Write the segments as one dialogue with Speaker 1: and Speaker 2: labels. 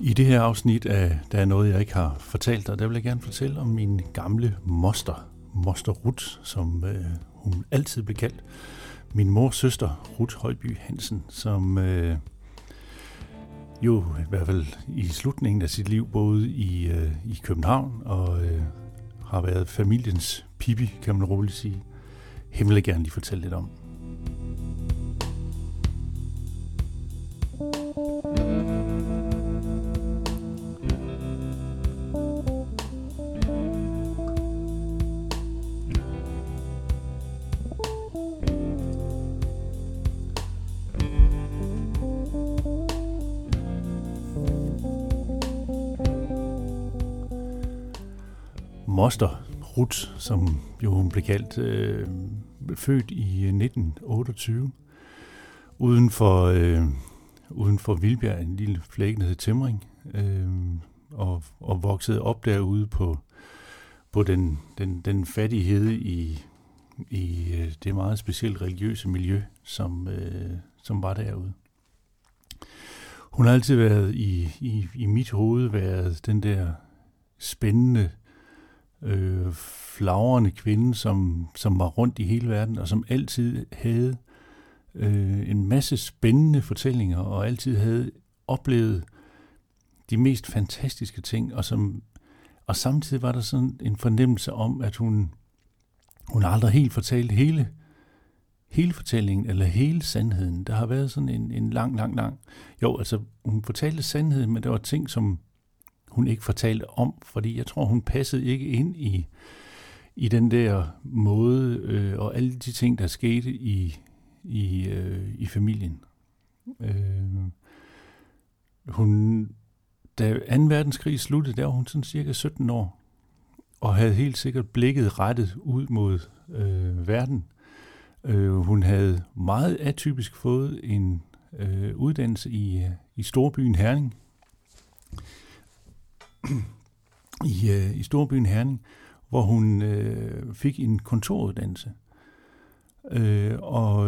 Speaker 1: I det her afsnit af Der er noget, jeg ikke har fortalt dig, der vil jeg gerne fortælle om min gamle moster Ruth, som hun altid blev kaldt. Min mors søster, Ruth Højby Hansen, som jo i hvert fald i slutningen af sit liv boede i København og har været familiens Pippi, kan man roligt sige. Hende vil jeg gerne lige fortælle lidt om. Moster Ruth, som jo hun blev kaldt, født i 1928, uden for Vildbjerg, en lille flække, der hed Tæmring, og voksede op derude på den fattighed i det meget specielt religiøse miljø, som var derude. Hun har altid været i mit hoved været den der spændende, flagrende kvinde, som var rundt i hele verden, og som altid havde en masse spændende fortællinger, og altid havde oplevet de mest fantastiske ting, og samtidig var der sådan en fornemmelse om, at hun aldrig helt fortalte hele fortællingen, eller hele sandheden. Der har været sådan en lang. Jo, altså hun fortalte sandheden, men der var ting, som hun ikke fortalte om, fordi jeg tror, hun passede ikke ind i den der måde, og alle de ting, der skete i familien. Da 2. verdenskrig sluttede, der var hun sådan cirka 17 år, og havde helt sikkert blikket rettet ud mod verden. Hun havde meget atypisk fået en uddannelse i storbyen Herning. I storbyen Herning, hvor hun fik en kontoruddannelse. Og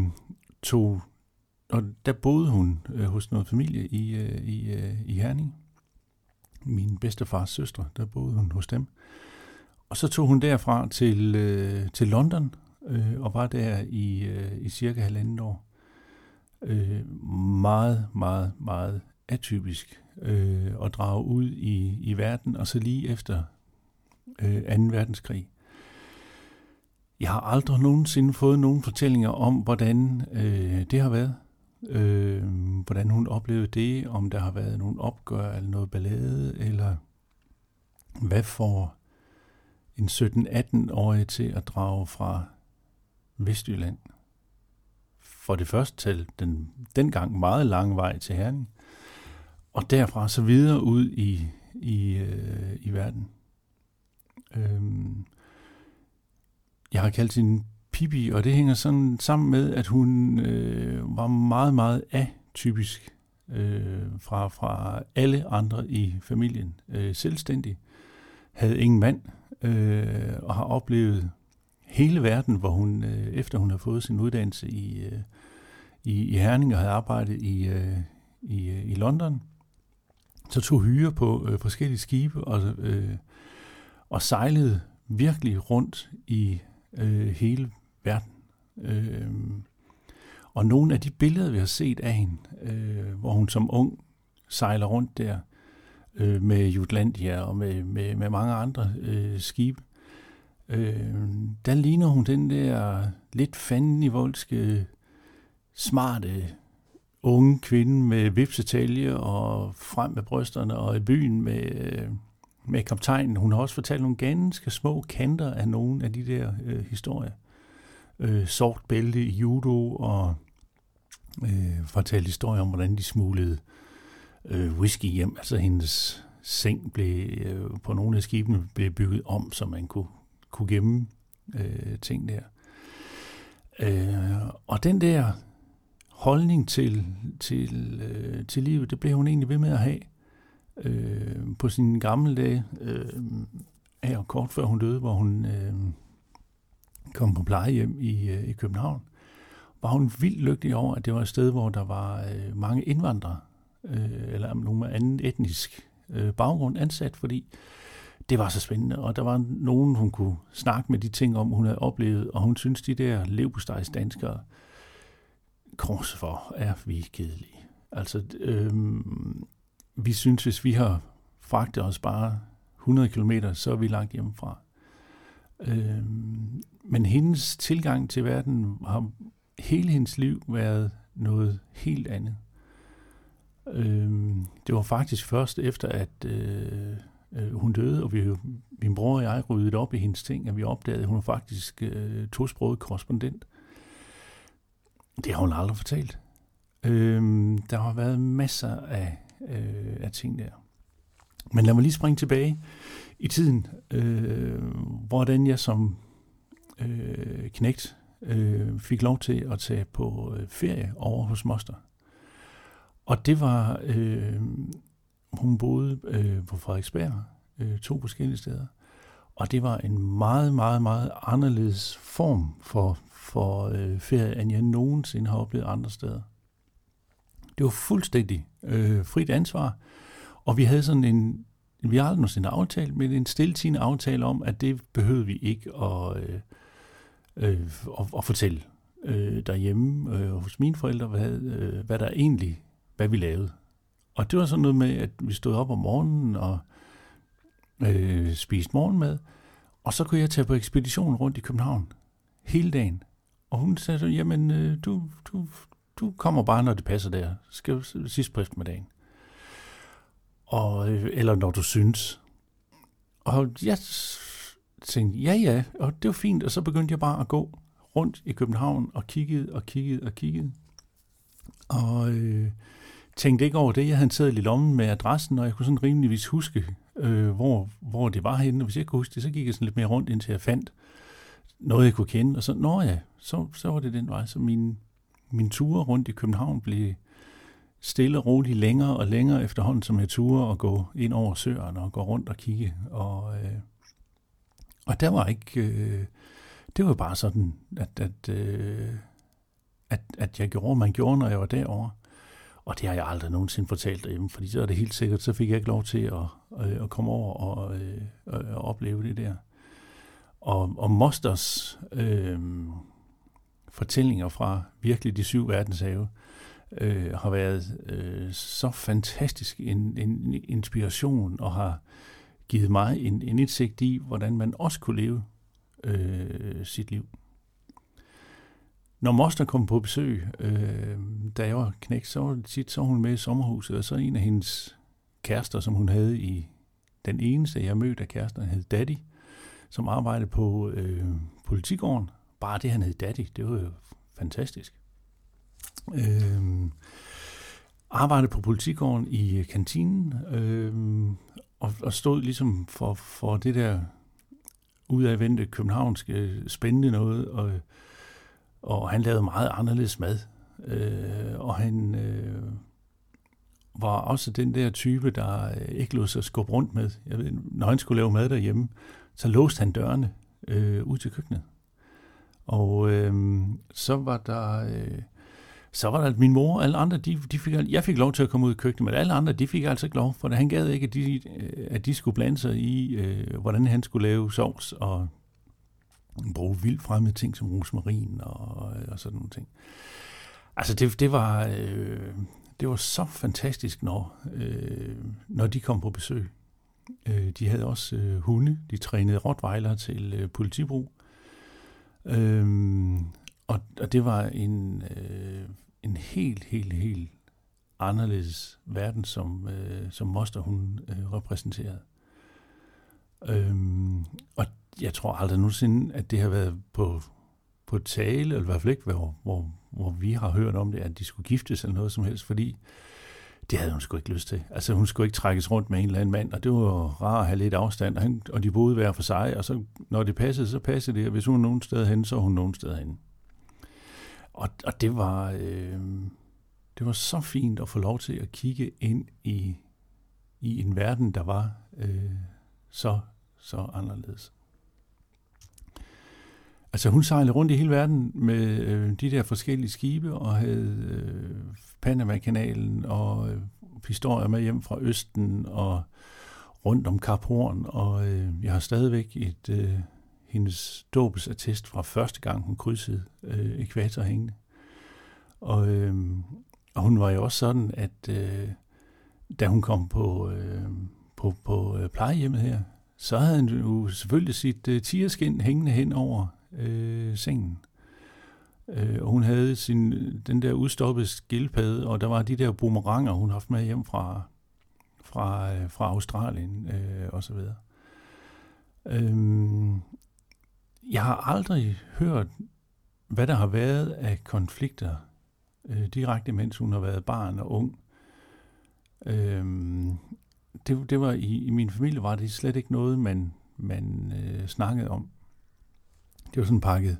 Speaker 1: der boede hun hos noget familie i Herning. Min bedstefars søstre, der boede hun hos dem. Og så tog hun derfra til London, og var der i cirka 1,5 år. Meget atypisk at drage ud i verden, og så lige efter 2. verdenskrig. Jeg har aldrig nogensinde fået nogen fortællinger om, hvordan det har været. Hvordan hun oplevede det, om der har været nogle opgør eller noget ballade, eller hvad får en 17-18-årig til at drage fra Vestjylland. For det første til dengang meget lange vej til Herning, og derfra så videre ud i verden. Jeg har kaldt hende Pippi, og det hænger sådan sammen med, at hun var meget atypisk fra alle andre i familien. Selvstændig, havde ingen mand, og har oplevet hele verden, hvor hun, efter hun har fået sin uddannelse i Herning og havde arbejdet i London, så tog hyre på forskellige skibe og sejlede virkelig rundt i hele verden. Og nogle af de billeder, vi har set af hende, hvor hun som ung sejler rundt der med Jutlandia og med mange andre skibe, der ligner hun den der lidt fandenivoldske, smarte, unge kvinde med vipsetalje og frem med brysterne og i byen med kaptajnen. Hun har også fortalt nogle ganske små kanter af nogle af de der historier. Sort bælte i judo, og fortalt historier om, hvordan de smuglede whisky hjem. Altså hendes seng blev på nogle af skibene blev bygget om, så man kunne gemme ting der. Og den der holdning til livet, det blev hun egentlig ved med at have på sine gamle dage, her kort før hun døde, hvor hun kom på plejehjem i København, var hun vildt lykkelig over, at det var et sted, hvor der var mange indvandrere. eller nogen med anden etnisk baggrund ansat, fordi det var så spændende, og der var nogen, hun kunne snakke med de ting om, hun havde oplevet, og hun synes, de der leverpostejsdanskere, kors for, er vi kedelige. Altså, vi synes, hvis vi har fragtet os bare 100 kilometer, så er vi langt hjemmefra. Men hendes tilgang til verden har hele hendes liv været noget helt andet. Det var faktisk først efter, at hun døde, og min bror og jeg ryddede op i hendes ting, at vi opdagede, at hun var faktisk tosproget korrespondent. Det har hun aldrig fortalt. Der har været masser af ting der. Men lad mig lige springe tilbage i tiden, hvordan jeg som knægt fik lov til at tage på ferie over hos moster. Og det var, hun boede på Frederiksberg, 2 forskellige steder. Og det var en meget, meget, meget anderledes form for ferie, end jeg nogensinde har oplevet andre steder. Det var fuldstændig frit ansvar, og vi havde sådan vi har aldrig nogensinde aftalt, men en stiltiende aftale om, at det behøvede vi ikke at fortælle derhjemme hos mine forældre, hvad vi lavede. Og det var sådan noget med, at vi stod op om morgenen og spiste morgenmad, og så kunne jeg tage på ekspedition rundt i København hele dagen. Og hun sagde så, jamen, du kommer bare, når det passer der. Skal sidst på eftermiddagen. Eller når du synes. Og jeg tænkte, ja, og det var fint. Og så begyndte jeg bare at gå rundt i København og kiggede. Og tænkte ikke over det. Jeg havde taget lidt lommen med adressen, og jeg kunne sådan rimeligvis huske, hvor det var henne. Og hvis jeg kunne huske det, så gik jeg sådan lidt mere rundt, indtil jeg fandt noget, jeg kunne kende. Og så var det den vej. Så min ture rundt i København blev stille og roligt længere og længere efterhånden, som jeg turde at gå ind over søerne og gå rundt og kigge. Og der var ikke... det var bare sådan, at jeg gjorde, man gjorde, når jeg var derovre. Og det har jeg aldrig nogensinde fortalt derhjemme, fordi så er det helt sikkert, så fik jeg ikke lov til at komme over og opleve det der. Og mosters fortællinger fra virkelig de 7 verdenshave har været så fantastisk en inspiration, og har givet mig en indsigt i, hvordan man også kunne leve sit liv. Når moster kom på besøg, da jeg var knægt, så var det tit, så hun med i sommerhuset, og så en af hendes kærester, som hun havde den eneste, jeg mødte af kæresterne, hed Daddy, som arbejdede på Politigården. Bare det, han hed Daddy, det var jo fantastisk. Arbejdede på Politigården i kantinen, og stod ligesom for det der udadvendte københavnske spændende noget, og han lavede meget anderledes mad. Og han var også den der type, der ikke lod sig skubbe rundt med. Jeg ved, når han skulle lave mad derhjemme, så låste han dørene ud til køkkenet. Og så var der min mor og alle andre, jeg fik lov til at komme ud i køkkenet, men alle andre, de fik altså ikke lov, for han gad ikke, at de skulle blande sig i, hvordan han skulle lave sovs og bruge vildt fremmede ting som rosmarin og sådan nogle ting. Altså det var så fantastisk, når de kom på besøg. De havde også hunde, de trænede rottweiler til politibrug. Og det var en helt anderledes verden, som moster hun repræsenterede. Og jeg tror aldrig nogensinde, at det har været på tale, eller i hvert fald ikke, hvor vi har hørt om det, at de skulle giftes eller noget som helst, fordi det havde hun sgu ikke lyst til. Altså hun skulle ikke trækkes rundt med en eller anden mand, og det var rart at have lidt afstand, og de boede hver for sig, og så når det passede, så passede det, og hvis hun var nogen steder henne, så var hun nogen steder henne. Og det var så fint at få lov til at kigge ind i en verden, der var så anderledes. Altså hun sejlede rundt i hele verden med de der forskellige skibe, og havde Panama-kanalen, og historier med hjem fra Østen og rundt om Kap Horn, og jeg har stadigvæk hendes dåbsattest fra første gang, hun krydsede ækvator hængende. Og hun var jo også sådan, at da hun kom på plejehjemmet her, så havde han jo selvfølgelig sit tigerskind hængende hen over sengen. Og hun havde den der udstoppede skildpadde, og der var de der boomeranger, hun haft med hjem fra Australien og så videre. Jeg har aldrig hørt, hvad der har været af konflikter direkte, mens hun har været barn og ung. Det var i min familie var det slet ikke noget, man snakkede om. Det var sådan pakket.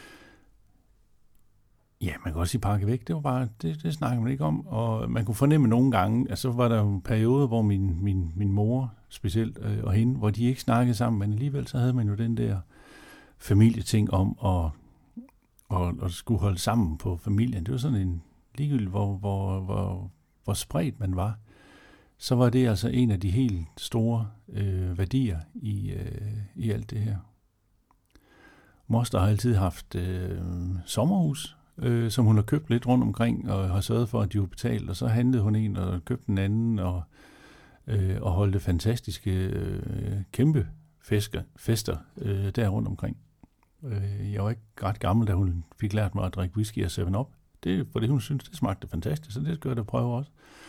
Speaker 1: Ja, man kan også sige pakket væk. Det var bare, det snakkede man ikke om. Og man kunne fornemme nogle gange, at så var der jo perioder, hvor min mor specielt og hende, hvor de ikke snakkede sammen, men alligevel så havde man jo den der familieting om at skulle holde sammen på familien. Det var sådan en ligegyldigt, hvor spredt man var. Så var det altså en af de helt store værdier i alt det her. Moster har altid haft sommerhus, som hun har købt lidt rundt omkring, og har sørget for, at de var betalt, og så handlede hun en og købte en anden, og holdte fantastiske kæmpe fester der rundt omkring. Jeg var ikke ret gammel, da hun fik lært mig at drikke whisky og 7-Up. Fordi hun syntes, det smagte fantastisk, så det skulle jeg da prøve også.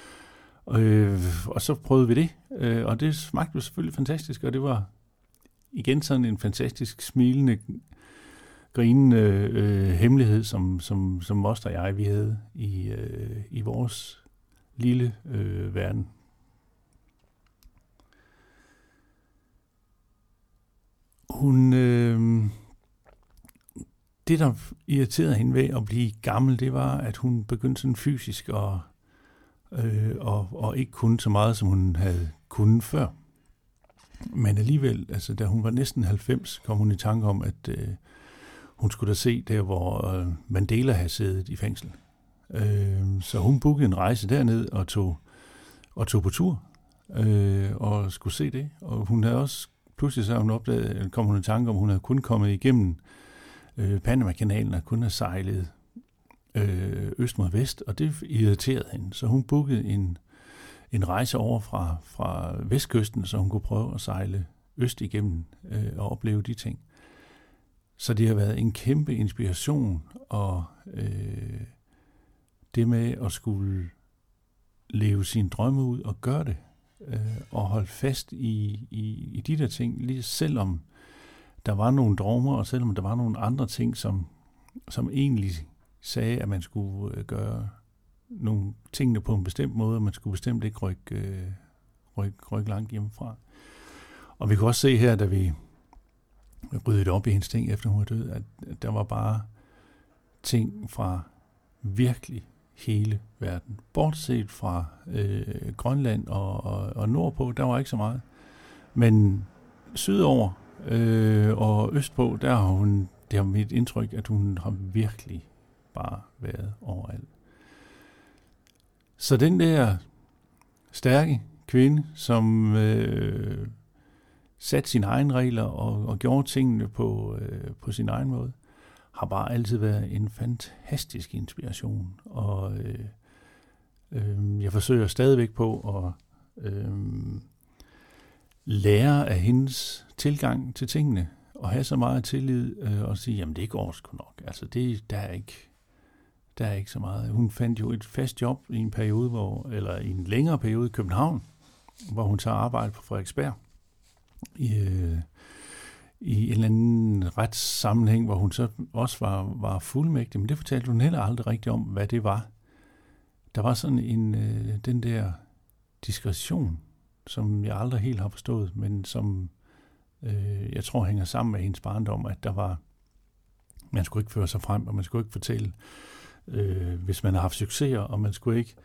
Speaker 1: Og så prøvede vi det, og det smagte jo selvfølgelig fantastisk, og det var igen sådan en fantastisk smilende, grinende hemmelighed, som moster og jeg, vi havde i vores lille verden. Hun, det, der irriterede hende ved at blive gammel, det var, at hun begyndte sådan fysisk og ikke kunne så meget, som hun havde kunnet før. Men alligevel, altså da hun var næsten 90, kom hun i tanke om, at hun skulle da se der, hvor Mandela havde siddet i fængsel. Så hun bookede en rejse derned og tog på tur og skulle se det. Og hun havde også pludselig så hun opdaget, kom hun i tanke om, hun havde kun kommet igennem Panama-kanalen og kun havde sejlet øst mod vest, og det irriterede hende. Så hun bookede en rejse over fra vestkysten, så hun kunne prøve at sejle øst igennem og opleve de ting. Så det har været en kæmpe inspiration, og det med at skulle leve sine drømme ud og gøre det, og holde fast i de der ting, lige selvom der var nogle drømmer, og selvom der var nogle andre ting, som egentlig sagde, at man skulle gøre nogle tingene på en bestemt måde, og man skulle bestemt ikke rykke langt hjemmefra. Og vi kunne også se her, da vi ryddede op i hendes ting, efter hun var død, at der var bare ting fra virkelig hele verden. Bortset fra Grønland og nordpå, der var ikke så meget. Men sydover og østpå, det har mit indtryk, at hun har virkelig bare været overalt. Så den der stærke kvinde, som satte sine egne regler og gjorde tingene på sin egen måde, har bare altid været en fantastisk inspiration. Og jeg forsøger stadigvæk på at lære af hendes tilgang til tingene, og have så meget tillid og sige, jamen det går sgu nok. Altså der er ikke så meget. Hun fandt jo et fast job i en periode, eller i en længere periode i København, hvor hun tager arbejde på Frederiksberg i en eller anden retssammenhæng, hvor hun så også var fuldmægtig, men det fortalte hun heller aldrig rigtigt om, hvad det var. Der var sådan den der diskretion, som jeg aldrig helt har forstået, men som jeg tror hænger sammen med hendes barndom, at man skulle ikke føre sig frem, og man skulle ikke fortælle, hvis man har haft succeser, og man skulle ikke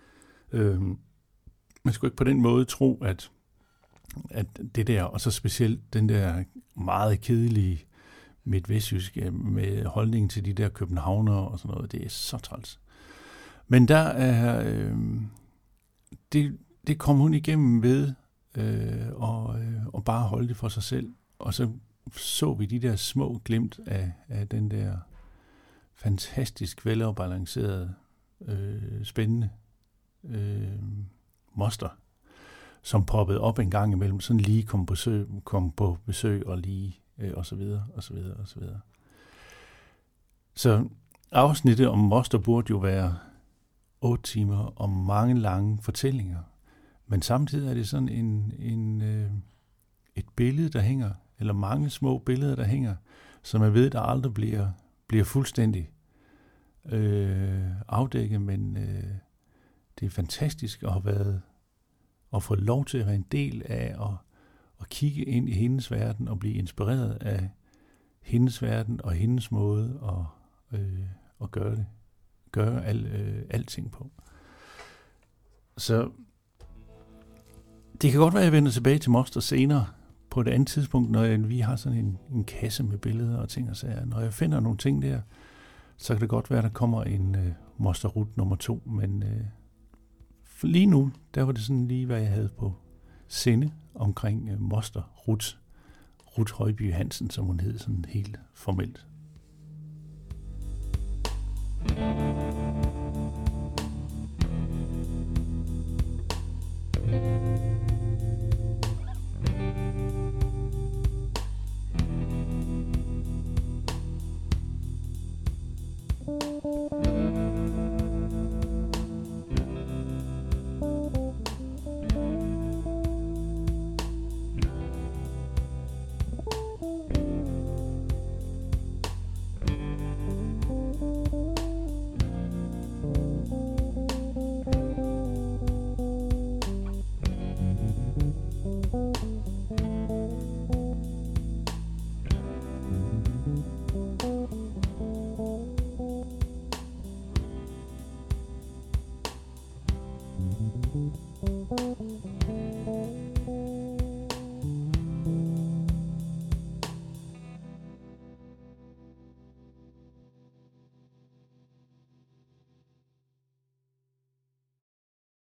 Speaker 1: på den måde tro, at det der, og så specielt den der meget kedelige midtvestjyske med holdningen til de der københavnere og sådan noget, det er så træls. Men der er det kom hun igennem ved og bare holde det for sig selv. Og så vi de der små glimt af den der fantastisk velafbalancerede, spændende moster, som poppede op en gang imellem, sådan lige kom på besøg og lige, og så videre, og så videre, og så videre. Så afsnittet om moster burde jo være 8 timer og mange lange fortællinger. Men samtidig er det sådan et billede, der hænger, eller mange små billeder, der hænger, som jeg ved, der aldrig bliver fuldstændig afdækket, men det er fantastisk at få lov til at være en del af at kigge ind i hendes verden og blive inspireret af hendes verden og hendes måde at gøre alting på. Så det kan godt være, at jeg vender tilbage til moster senere på et andet tidspunkt, når vi har sådan en kasse med billeder og ting og sager. Når jeg finder nogle ting der, så kan det godt være, at der kommer en moster Ruth nummer 2, men lige nu, der var det sådan lige, hvad jeg havde på sinde omkring moster Ruth Højby Hansen, som hun hed sådan helt formelt.